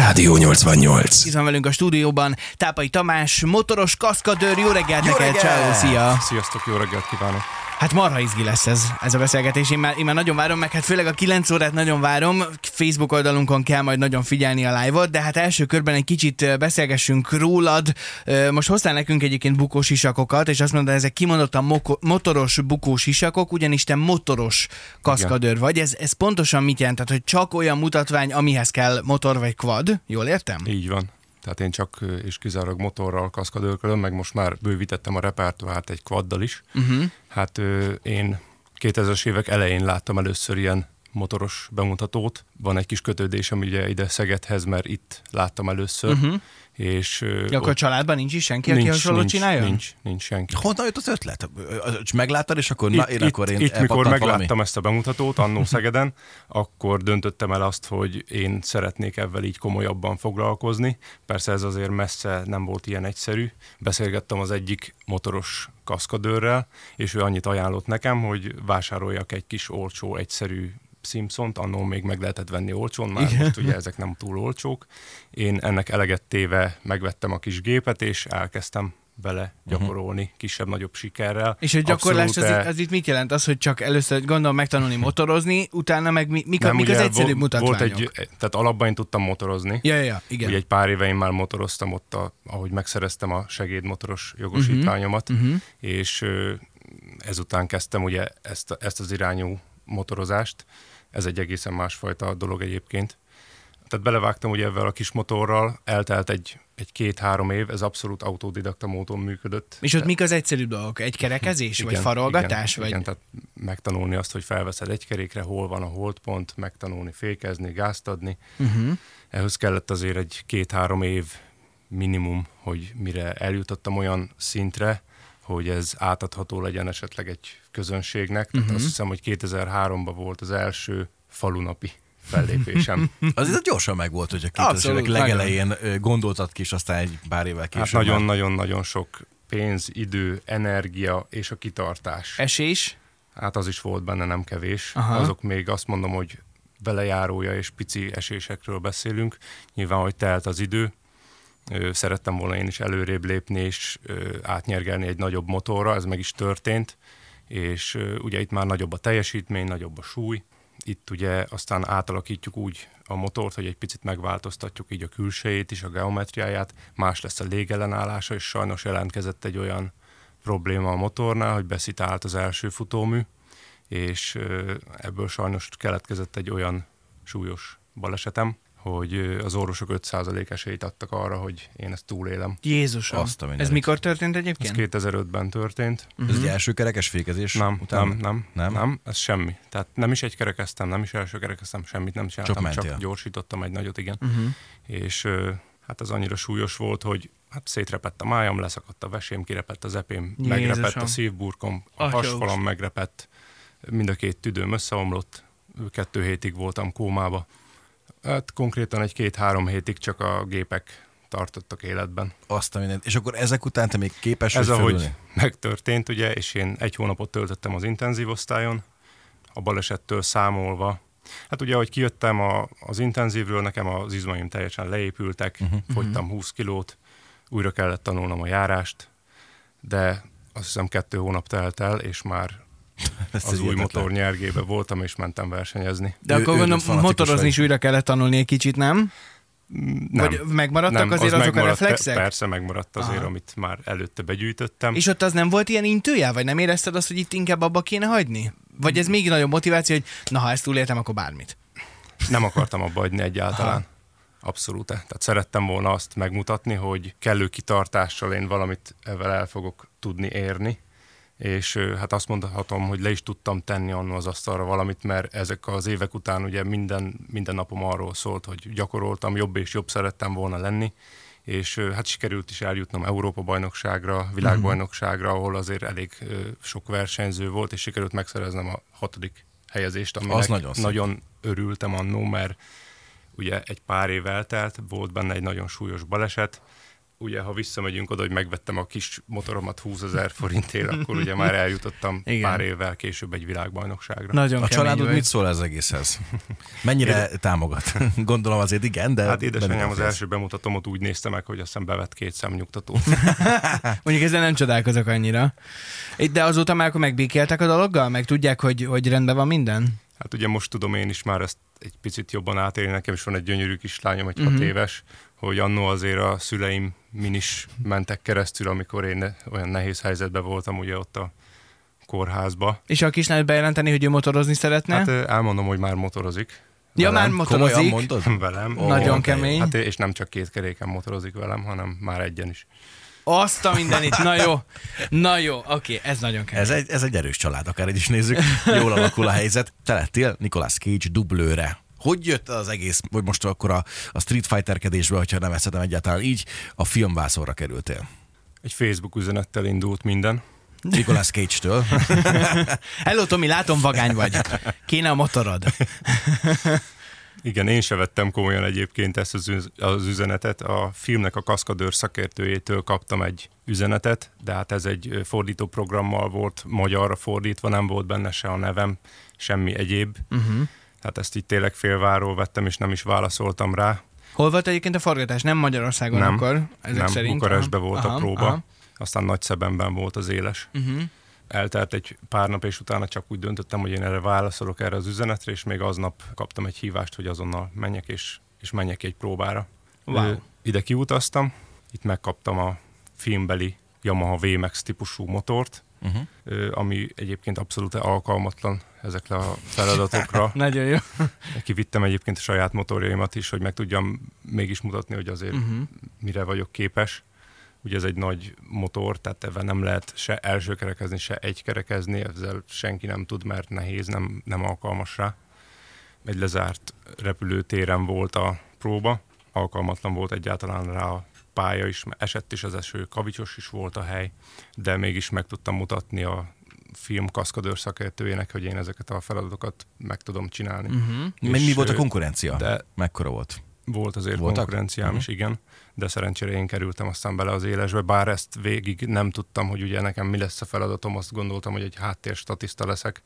Rádió 88. Itt van velünk a stúdióban Tápai Tamás, motoros kaszkadőr. Jó reggelt neked, ciao, szia! Sziasztok, jó reggelt kívánok! Hát marha izgi lesz ez a beszélgetés, én már nagyon várom, meg hát főleg a 9 órát nagyon várom. Facebook oldalunkon kell majd nagyon figyelni a live-ot, de hát első körben egy kicsit beszélgessünk rólad. Most hoztál nekünk egyébként bukós sisakokat, és azt mondod, ezek kimondottan motoros bukós sisakok, ugyanis te motoros kaszkadőr vagy. Ez pontosan mit jelent? Tehát, hogy csak olyan mutatvány, amihez kell motor vagy quad, jól értem? Így van. Tehát én csak és kizárólag motorral kaszkadőrködöm, meg most már bővítettem a repertoárt egy quaddal is. Hát én 2000-es évek elején láttam először ilyen motoros bemutatót. Van egy kis kötődésem ugye ide Szegedhez, mert itt láttam először. És akkor a családban nincs is senki, aki hasonlót csinálja? Nincs senki. Honnan jött az ötlet? És megláttad, és akkor itt mikor megláttam ezt a bemutatót annó Szegeden, akkor döntöttem el azt, hogy én szeretnék ebben így komolyabban foglalkozni. Persze ez azért messze nem volt ilyen egyszerű. Beszélgettem az egyik motoros kaszkadőrrel, és ő annyit ajánlott nekem, hogy vásároljak egy kis olcsó, egyszerű Simpsont, annól még meg lehetett venni olcsón, már most ugye ezek nem túl olcsók. Én ennek eleget téve megvettem a kis gépet, és elkezdtem vele gyakorolni kisebb-nagyobb sikerrel. És a gyakorlás az itt mit jelent? Az, hogy csak először gondolom megtanulni motorozni, utána meg mik az egyszerűbb mutatványok? Tehát alapban én tudtam motorozni. Ja, igen. Ugye egy pár éve én már motoroztam ott, ahogy megszereztem a segédmotoros jogosítványomat, és ezután kezdtem ugye ezt az irányú motorozást. Ez egy egészen másfajta dolog egyébként. Tehát belevágtam ugye ezzel a kis motorral, eltelt egy 2-3 év, ez abszolút autodidakta módon működött. És ott mik az egyszerűbb dolgok? Egy kerekezés? Igen, vagy farolgatás? Igen, tehát megtanulni azt, hogy felveszed egy kerékre, hol van a holdpont, megtanulni fékezni, gázt adni. Ehhez kellett azért egy 2-3 év minimum, hogy mire eljutottam olyan szintre, hogy ez átadható legyen esetleg egy közönségnek. Tehát azt hiszem, hogy 2003-ban volt az első falunapi fellépésem. Azért gyorsan megvolt, hogy a 2000-es évek legelején gondoltad ki, és aztán egy pár évvel később. Hát nagyon sok pénz, idő, energia és a kitartás. Esés? Hát az is volt benne, nem kevés. Azok még azt mondom, hogy belejárója és pici esésekről beszélünk. Nyilván, hogy telt az idő. Szerettem volna én is előrébb lépni és átnyergelni egy nagyobb motorra, ez meg is történt, és ugye itt már nagyobb a teljesítmény, nagyobb a súly. Itt ugye aztán átalakítjuk úgy a motort, hogy egy picit megváltoztatjuk így a külsejét is, a geometriáját, más lesz a légellenállása, és sajnos jelentkezett egy olyan probléma a motornál, hogy beszitált az első futómű, és ebből sajnos keletkezett egy olyan súlyos balesetem, hogy az orvosok 5% esélyt adtak arra, hogy én ezt túlélem. Jézusom! Ez mikor történt egyébként? Ez 2005-ben történt. Ez egy első kerekes fékezés? Nem, ez semmi. Tehát nem is egy kerekeztem, nem is első kerekeztem, semmit nem csináltam, csak gyorsítottam egy nagyot, igen. És hát az annyira súlyos volt, hogy hát szétrepett a májam, leszakadt a vesém, kirepett az epém, megrepett a szívburkom, a hasfalam megrepett, mind a két tüdőm összeomlott, 2 hétig voltam kómába. Hát konkrétan egy 2-3 hétig csak a gépek tartottak életben. Azt a mindent. És akkor ezek után te még képes vagy fölülni? Ez ahogy megtörtént, ugye, és én 1 hónapot töltöttem az intenzív osztályon, a balesettől számolva. Hát ugye, ahogy kijöttem az intenzívről, nekem az izmaim teljesen leépültek, fogytam 20 kilót, újra kellett tanulnom a járást, de azt hiszem 2 hónap telt el, és már az új motor nyergébe voltam, és mentem versenyezni. De akkor gondolom, motorozni is újra kellett tanulni egy kicsit, nem? Nem. Vagy megmaradtak azért azok a reflexek? Persze, megmaradt azért, amit már előtte begyűjtöttem. És ott az nem volt ilyen intőjel? Vagy nem érezted azt, hogy itt inkább abba kéne hagyni? Vagy ez még nagyobb motiváció, hogy na, ha ezt túléltem, akkor bármit? Nem akartam abba hagyni egyáltalán. Abszolút. Tehát szerettem volna azt megmutatni, hogy kellő kitartással én valamit ezzel el fogok tudni érni. És hát azt mondhatom, hogy le is tudtam tenni annól az asztalra valamit, mert ezek az évek után ugye minden napom arról szólt, hogy gyakoroltam, jobb és jobb szerettem volna lenni, és hát sikerült is eljutnom Európa-bajnokságra, világbajnokságra, ahol azért elég sok versenyző volt, és sikerült megszereznem a 6. helyezést, aminek nagyon örültem annó, mert ugye egy pár év eltelt, volt benne egy nagyon súlyos baleset, ugye ha visszamegyünk oda, hogy megvettem a kis motoromat 20 000 forintért, akkor ugye már eljutottam pár évvel később egy világbajnokságra. Nagyon a családod mit szól ez egészhez? Mennyire támogat? Gondolom azért igen, de... Hát édesanyám az első bemutatómat úgy nézte meg, hogy aztán bevett 2 szemnyugtatót. Mondjuk ezzel nem csodálkozok annyira. De azóta már akkor megbékéltek a dologgal? Meg tudják, hogy rendben van minden? Hát ugye most tudom én is már ezt egy picit jobban átélni. Nekem is van egy gyönyörű kislányom, egy 6 éves, hogy annó azért a szüleim min is mentek keresztül, amikor én olyan nehéz helyzetben voltam ugye ott a kórházba. És a kislányot bejelenteni, hogy ő motorozni szeretne? Hát elmondom, hogy már motorozik. Ja, már motorozik. Velem. Nagyon kemény. Hát és nem csak 2 keréken motorozik velem, hanem már egyen is. Azt a mindenit, na jó, oké, ez nagyon kemény. Ez egy erős család, akár így is nézzük. Jól alakul a helyzet. Te lettél Nicolas Cage dublőre. Hogy jött az egész, vagy most akkor a Street Fighter-kedésbe, hogyha nem eszedem egyáltalán így, a filmvászonra kerültél? Egy Facebook üzenettel indult minden. Nicolas Cage-től. Hello Tomi, látom vagány vagy. Kéne a motorod. Igen, én se vettem komolyan egyébként ezt az üzenetet. A filmnek a kaszkadőr szakértőjétől kaptam egy üzenetet, de hát ez egy fordító programmal volt magyarra fordítva, nem volt benne se a nevem, semmi egyéb. Hát ezt így tényleg félváról vettem, és nem is válaszoltam rá. Hol volt egyébként a forgatás? Nem Magyarországon nem, akkor? Ezek nem, szerint? Bukarestben volt a próba, aztán Nagyszebenben volt az éles. Eltelt egy pár nap, és utána csak úgy döntöttem, hogy én erre válaszolok erre az üzenetre, és még aznap kaptam egy hívást, hogy azonnal menjek, és menjek egy próbára. Wow. Ide kiutaztam, itt megkaptam a filmbeli Yamaha VMAX típusú motort, ami egyébként abszolút alkalmatlan ezekre a feladatokra. Nagyon jó. Kivittem egyébként a saját motorjaimat is, hogy meg tudjam mégis mutatni, hogy azért mire vagyok képes. Ugye ez egy nagy motor, tehát ebben nem lehet se első kerekezni, se egy kerekezni, ezzel senki nem tud, mert nehéz, nem alkalmas rá. Egy lezárt repülőtéren volt a próba, alkalmatlan volt egyáltalán rá a pálya is, esett is az eső, kavicsos is volt a hely, de mégis meg tudtam mutatni a film kaszkadőr szakértőjének, hogy én ezeket a feladatokat meg tudom csinálni. Mi volt a konkurencia? Mekkora volt? Volt azért konkurenciám is, igen, de szerencsére én kerültem aztán bele az élesbe, bár ezt végig nem tudtam, hogy ugye nekem mi lesz a feladatom, azt gondoltam, hogy egy háttérstatiszta leszek,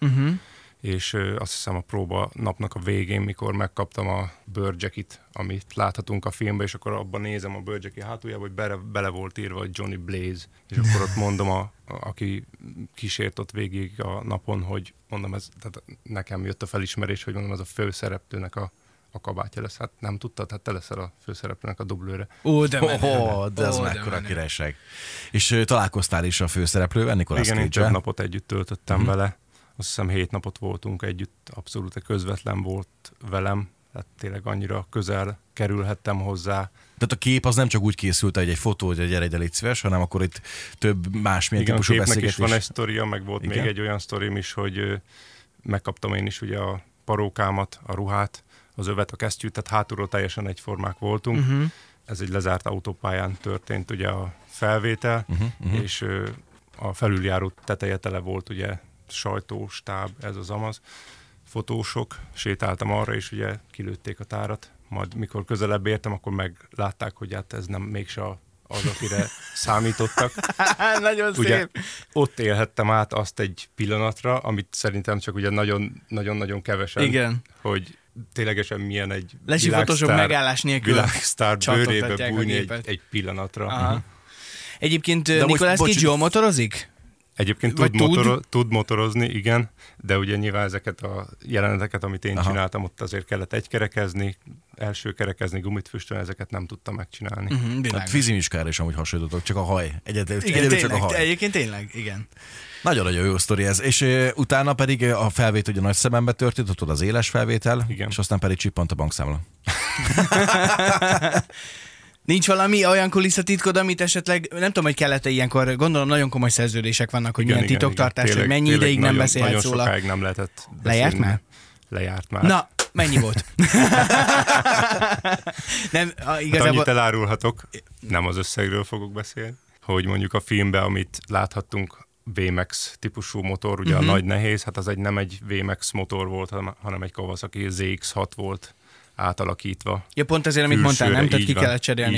és azt hiszem a próba napnak a végén, mikor megkaptam a bőrjackit, amit láthatunk a filmben, és akkor abban nézem a bőrjacki hátuljába, hogy bele volt írva, hogy Johnny Blaze, és akkor ott mondom, aki kísért ott végig a napon, hogy mondom, tehát nekem jött a felismerés, hogy mondom, ez a főszereplőnek a kabátja lesz. Hát nem tudtad, hát te leszel a főszereplőnek a dublőre. De ez mekkora királyság. És találkoztál is a főszereplővel, Nicolas Cage-el? Igen, én több napot együtt töltöttem vele. Azt hiszem 7 napot voltunk együtt, abszolút közvetlen volt velem, tehát tényleg annyira közel kerülhettem hozzá. Tehát a kép az nem csak úgy készült, hogy egy fotó, hogy gyere ide, légy szíves, hanem akkor itt több másmilyen típusú beszélgetés. Igen, a képnek is van egy sztoria, meg volt még egy olyan sztorim is, hogy megkaptam én is ugye a parókámat, a ruhát, az övet, a kesztyűt, tehát hátulról teljesen egyformák voltunk. Ez egy lezárt autópályán történt ugye a felvétel, és a felüljáró teteje tele volt ugye sajtóstáb, ez az amaz, fotósok, sétáltam arra, és ugye kilőtték a tárat, majd mikor közelebb értem, akkor meglátták, hogy hát ez nem mégse az, akire számítottak. Nagyon ugye, szép. Ott élhettem át azt egy pillanatra, amit szerintem csak ugye nagyon-nagyon kevesen, hogy ténylegesen milyen egy világsztár bőrébe bújni egy pillanatra. Egyébként Nicolas Cage jól motorozik? Egyébként tud motorozni, igen, de ugye nyilván ezeket a jeleneteket, amit én csináltam, ott azért kellett egykerekezni, első kerekezni, gumit füstölni, ezeket nem tudtam megcsinálni. Hát fizimiskára is amúgy hasonlítotok, csak a haj. Egyedül csak a haj. Egyébként tényleg, igen. Nagyon-nagyon jó sztori ez. És utána pedig a felvétel ugye Nagyszebenben történt, ott az éles felvétel, igen. És aztán pedig csippant a bankszámla. Nincs valami olyan kulisszatitkod, amit esetleg, nem tudom, hogy kellett-e ilyenkor, gondolom nagyon komoly szerződések vannak, hogy milyen titoktartás, hogy mennyi ideig nem beszélhetsz róla. Nagyon sokáig nem lehetett beszélni. Lejárt már? Lejárt már. Na, mennyi volt? Nem, igazából... Annyit elárulhatok, nem az összegről fogok beszélni, hogy mondjuk a filmben, amit láthattunk, VMAX típusú motor, ugye a nagy nehéz, hát az nem egy VMAX motor volt, hanem egy Kawasaki ZX6 volt átalakítva. Ja, pont azért, amit mondtál, nem? Tehát ki kellett cserélni, hogy...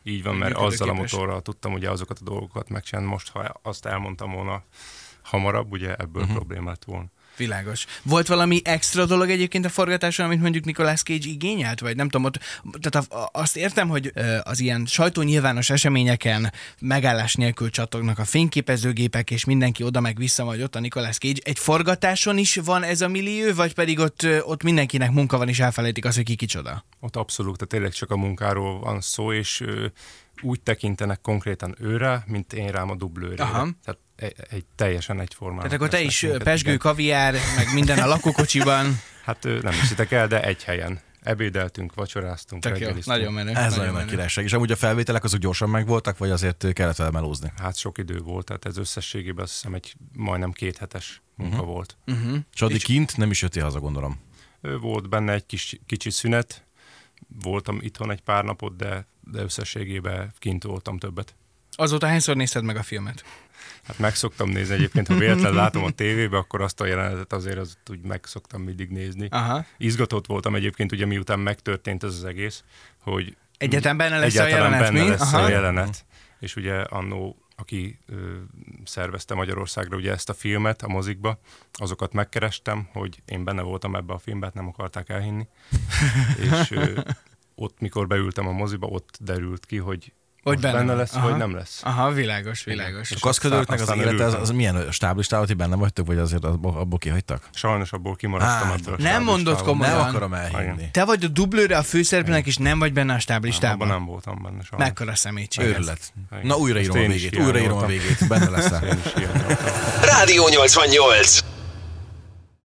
Így van, mert azzal a motorral tudtam ugye azokat a dolgokat megcsinálni. Most, ha azt elmondtam volna hamarabb, ugye ebből problémát volna. Világos. Volt valami extra dolog egyébként a forgatáson, amit mondjuk Nicolas Cage igényelt? Vagy nem tudom, tehát azt értem, hogy az ilyen sajtónyilvános eseményeken megállás nélkül csattognak a fényképezőgépek, és mindenki oda meg vissza, vagy ott a Nicolas Cage. Egy forgatáson is van ez a millió, vagy pedig ott mindenkinek munka van, és elfelejtik azt, hogy ki kicsoda? Ott abszolút, tehát tényleg csak a munkáról van szó, és úgy tekintenek konkrétan őre, mint én rám a dublőrére. Aha. Tehát teljesen egyformán. Tehát akkor te is pezsgő, kaviár, meg minden a lakókocsiban. Hát nem hiszitek el, de egy helyen. Ebédeltünk, vacsoráztunk, reggeliztünk. Nagyon menő. Ez nagyon nagy királyság. És amúgy a felvételek azok gyorsan megvoltak, vagy azért kellett elmelózni? Hát sok idő volt, tehát ez összességében azt hiszem egy majdnem 2 hetes munka volt. És addig kint nem is jöttél haza, gondolom. Volt benne egy kicsi szünet, voltam itthon egy pár napot, de összességében kint voltam többet. Azóta hányszor nézted meg a filmet? Hát meg szoktam nézni egyébként, ha véletlenül látom a tévébe, akkor azt a jelenetet azért azt úgy meg szoktam mindig nézni. Aha. Izgatott voltam egyébként, ugye miután megtörtént ez az egész, hogy egyáltalán benne lesz a jelenet, benne lesz a jelenet. És ugye annó, aki szervezte Magyarországra ugye ezt a filmet a mozikba, azokat megkerestem, hogy én benne voltam ebbe a filmbe, nem akarták elhinni. És ott, mikor beültem a moziba, ott derült ki, hogy benne lesz, vagy nem lesz. Aha, világos. A kaszkadőröknek az élete, az milyen stáblistálat, hogy benne vagytok, vagy azért abból kihagytak? Sajnos abból kimaradtam ebből a nem mondod komolyan. Nem akarom elhinni. Te vagy a dublőre a főszereplőnek, és nem vagy benne a stáblistában? Abban nem voltam benne sajnos. Mekkora szemétség. Őrület. Na újraírom a végét, benne leszel. Én is ilyen voltam. Rádió 88.